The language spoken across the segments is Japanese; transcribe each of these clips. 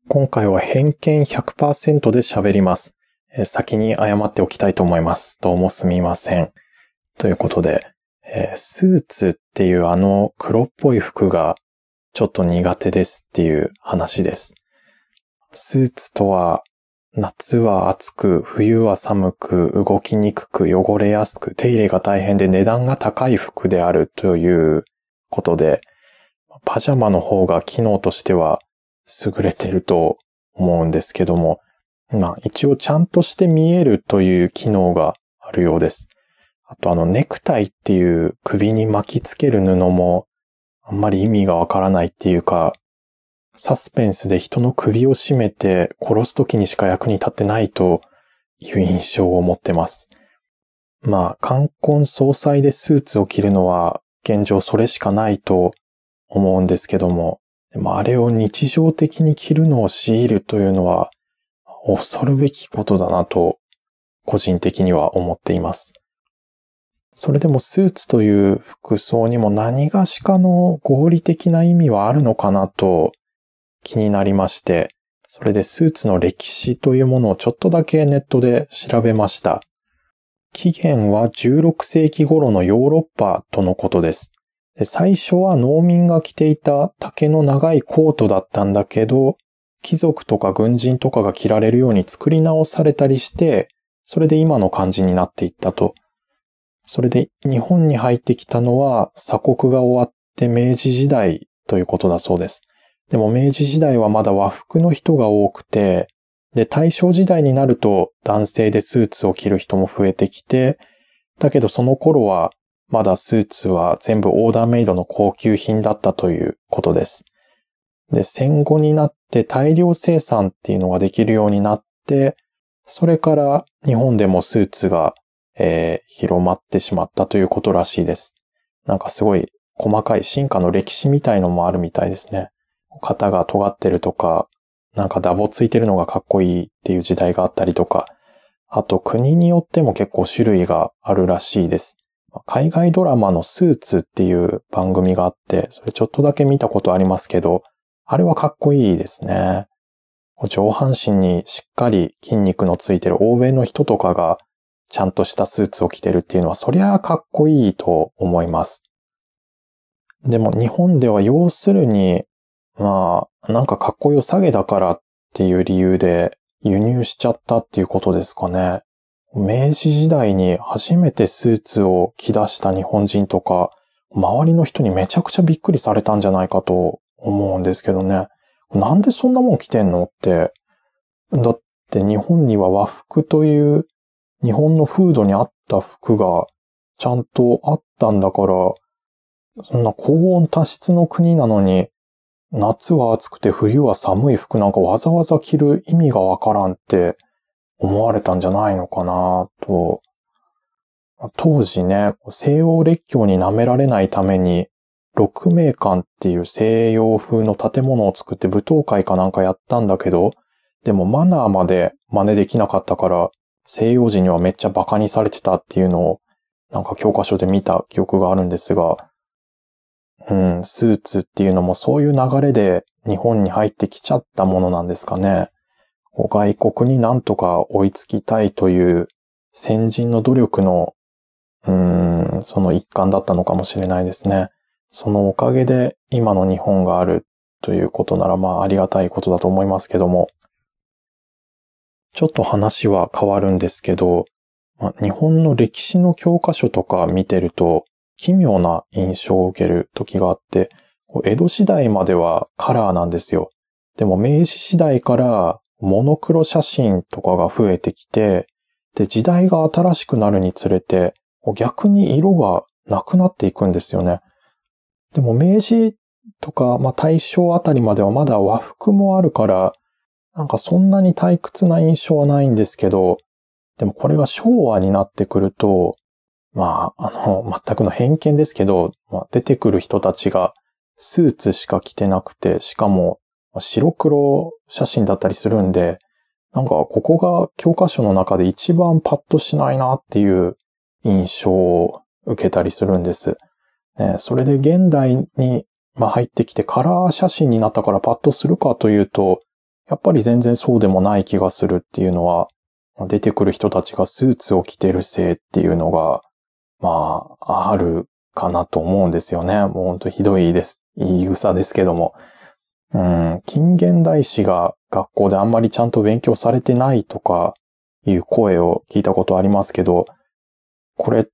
今回は偏見 100% で喋ります。先に謝っておきたいと思います。どうもすみません。ということで、スーツっていう黒っぽい服がちょっと苦手ですっていう話です。スーツとは、夏は暑く、冬は寒く、動きにくく、汚れやすく、手入れが大変で値段が高い服であるということで、パジャマの方が機能としては優れてると思うんですけども、一応ちゃんとして見えるという機能があるようです。あとネクタイっていう首に巻きつける布もあんまり意味がわからないっていうか、サスペンスで人の首を絞めて殺すときにしか役に立ってないという印象を持ってます。冠婚葬祭でスーツを着るのは現状それしかないと思うんですけども、でもあれを日常的に着るのを強いるというのは恐るべきことだなと個人的には思っています。それでもスーツという服装にも何がしかの合理的な意味はあるのかなと気になりまして、それでスーツの歴史というものをちょっとだけネットで調べました。起源は16世紀頃のヨーロッパとのことです。最初は農民が着ていた丈の長いコートだったんだけど、貴族とか軍人とかが着られるように作り直されたりして、それで今の感じになっていったと。それで日本に入ってきたのは鎖国が終わって明治時代ということだそうです。でも明治時代はまだ和服の人が多くて、で、大正時代になると男性でスーツを着る人も増えてきて、だけどその頃はまだスーツは全部オーダーメイドの高級品だったということです。で、戦後になって大量生産っていうのができるようになって、それから日本でもスーツが、広まってしまったということらしいです。なんかすごい細かい進化の歴史みたいのもあるみたいですね。肩が尖ってるとか、なんかダボついてるのがかっこいいっていう時代があったりとか、あと国によっても結構種類があるらしいです。海外ドラマのスーツっていう番組があって、それちょっとだけ見たことありますけど、あれはかっこいいですね。上半身にしっかり筋肉のついてる欧米の人とかがちゃんとしたスーツを着てるっていうのはそりゃかっこいいと思います。でも日本では要するに、なんかかっこよさげだからっていう理由で輸入しちゃったっていうことですかね。明治時代に初めてスーツを着出した日本人とか、周りの人にめちゃくちゃびっくりされたんじゃないかと思うんですけどね。なんでそんなもん着てんのって。だって日本には和服という日本の風土に合った服がちゃんとあったんだから、そんな高温多湿の国なのに、夏は暑くて冬は寒い服なんかわざわざ着る意味がわからんって思われたんじゃないのかなと。当時ね、西洋列強に舐められないために、鹿鳴館っていう西洋風の建物を作って舞踏会かなんかやったんだけど、でもマナーまで真似できなかったから、西洋人にはめっちゃバカにされてたっていうのを、なんか教科書で見た記憶があるんですが、スーツっていうのもそういう流れで日本に入ってきちゃったものなんですかね。外国になんとか追いつきたいという先人の努力の、その一環だったのかもしれないですね。そのおかげで今の日本があるということならありがたいことだと思いますけども。ちょっと話は変わるんですけど、日本の歴史の教科書とか見てると奇妙な印象を受ける時があって、江戸時代まではカラーなんですよ。でも明治時代からモノクロ写真とかが増えてきて、で、時代が新しくなるにつれて、逆に色がなくなっていくんですよね。でも明治とか、大正あたりまではまだ和服もあるから、なんかそんなに退屈な印象はないんですけど、でもこれが昭和になってくると、全くの偏見ですけど、出てくる人たちがスーツしか着てなくて、しかも白黒写真だったりするんで、なんかここが教科書の中で一番パッとしないなっていう印象を受けたりするんです。それで現代に入ってきてカラー写真になったからパッとするかというと、 やっぱり全然そうでもない気がするっていうのは、出てくる人たちがスーツを着てるせいっていうのが、あるかなと思うんですよね。もうほんとひどいです。言い草ですけども。近現代史が学校であんまりちゃんと勉強されてないとかいう声を聞いたことありますけど、これって、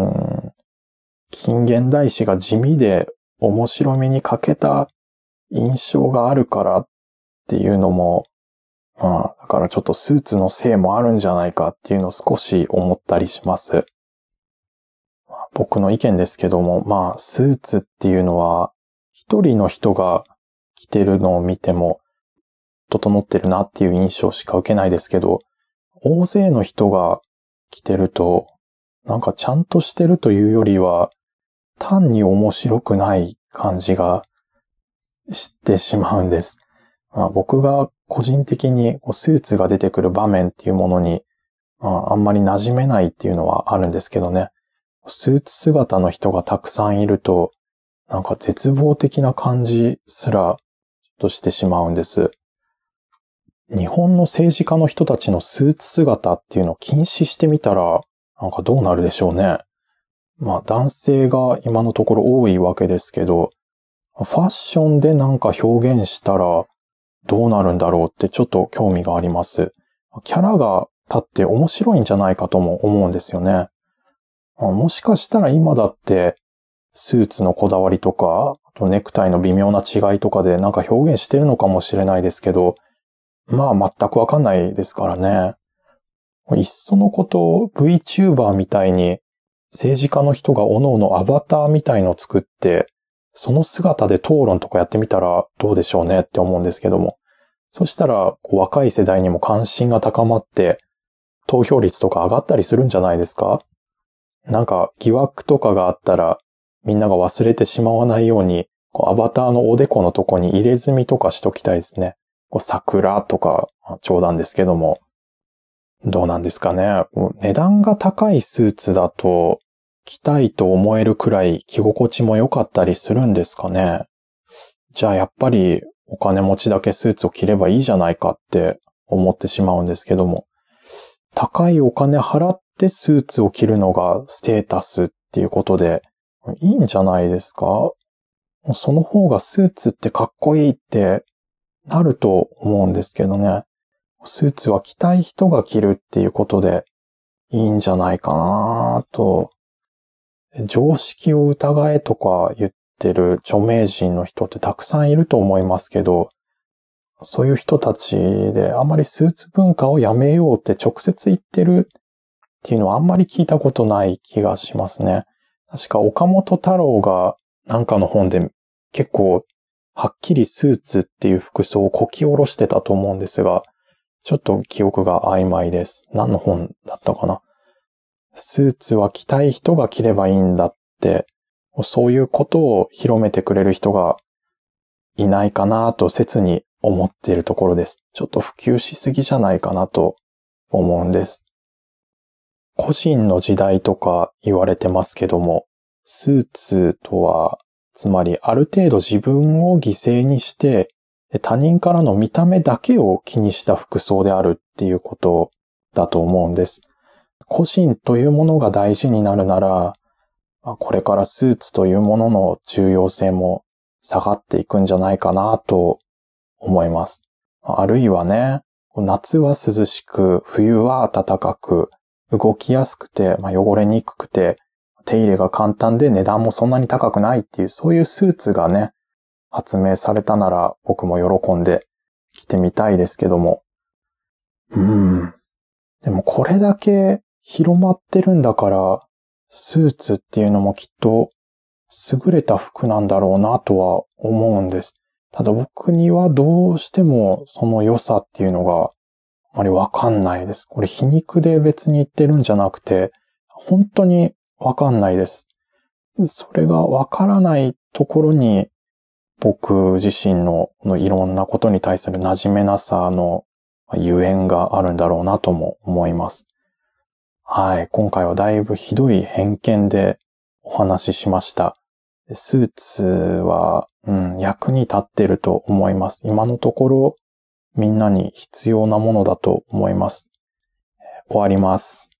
近現代史が地味で面白みに欠けた印象があるからっていうのも、だからちょっとスーツのせいもあるんじゃないかっていうのを少し思ったりします。僕の意見ですけども、スーツっていうのは、一人の人が着てるのを見ても、整ってるなっていう印象しか受けないですけど、大勢の人が着てると、なんかちゃんとしてるというよりは、単に面白くない感じがしてしまうんです。僕が個人的にスーツが出てくる場面っていうものに、あんまり馴染めないっていうのはあるんですけどね。スーツ姿の人がたくさんいると、なんか絶望的な感じすらちょっとしてしまうんです。日本の政治家の人たちのスーツ姿っていうのを禁止してみたら、なんかどうなるでしょうね。男性が今のところ多いわけですけど、ファッションでなんか表現したらどうなるんだろうってちょっと興味があります。キャラが立って面白いんじゃないかとも思うんですよね。もしかしたら今だってスーツのこだわりとか、あとネクタイの微妙な違いとかでなんか表現してるのかもしれないですけど、全くわかんないですからね。いっそのこと VTuber みたいに政治家の人が各々アバターみたいのを作って、その姿で討論とかやってみたらどうでしょうねって思うんですけども。そしたら若い世代にも関心が高まって投票率とか上がったりするんじゃないですか？なんか疑惑とかがあったらみんなが忘れてしまわないようにアバターのおでこのとこに入れ墨とかしときたいですね。桜とか冗談ですけども。どうなんですかね。値段が高いスーツだと着たいと思えるくらい着心地も良かったりするんですかね。じゃあやっぱりお金持ちだけスーツを着ればいいじゃないかって思ってしまうんですけども。高いお金払ってスーツを着るのがステータスっていうことでいいんじゃないですか？その方がスーツってかっこいいってなると思うんですけどね。スーツは着たい人が着るっていうことでいいんじゃないかなと。常識を疑えとか言ってる著名人の人ってたくさんいると思いますけど、そういう人たちであまりスーツ文化をやめようって直接言ってるっていうのはあんまり聞いたことない気がしますね。確か岡本太郎がなんかの本で結構はっきりスーツっていう服装をこき下ろしてたと思うんですが、ちょっと記憶が曖昧です。何の本だったかな。スーツは着たい人が着ればいいんだって、そういうことを広めてくれる人がいないかなと切に思っているところです。ちょっと普及しすぎじゃないかなと思うんです。個人の時代とか言われてますけども、スーツとは、つまりある程度自分を犠牲にして、他人からの見た目だけを気にした服装であるっていうことだと思うんです。個人というものが大事になるなら、これからスーツというものの重要性も下がっていくんじゃないかなと思います。あるいはね、夏は涼しく、冬は暖かく、動きやすくて、汚れにくくて、手入れが簡単で値段もそんなに高くないっていう、そういうスーツがね、発明されたなら僕も喜んで着てみたいですけども。でもこれだけ広まってるんだから、スーツっていうのもきっと優れた服なんだろうなとは思うんです。ただ僕にはどうしてもその良さっていうのがあまりわかんないです。これ皮肉で別に言ってるんじゃなくて、本当にわかんないです。それがわからないところに僕自身のいろんなことに対する馴染めなさのゆえんがあるんだろうなとも思います。はい。今回はだいぶひどい偏見でお話ししました。スーツは、役に立ってると思います。今のところみんなに必要なものだと思います。終わります。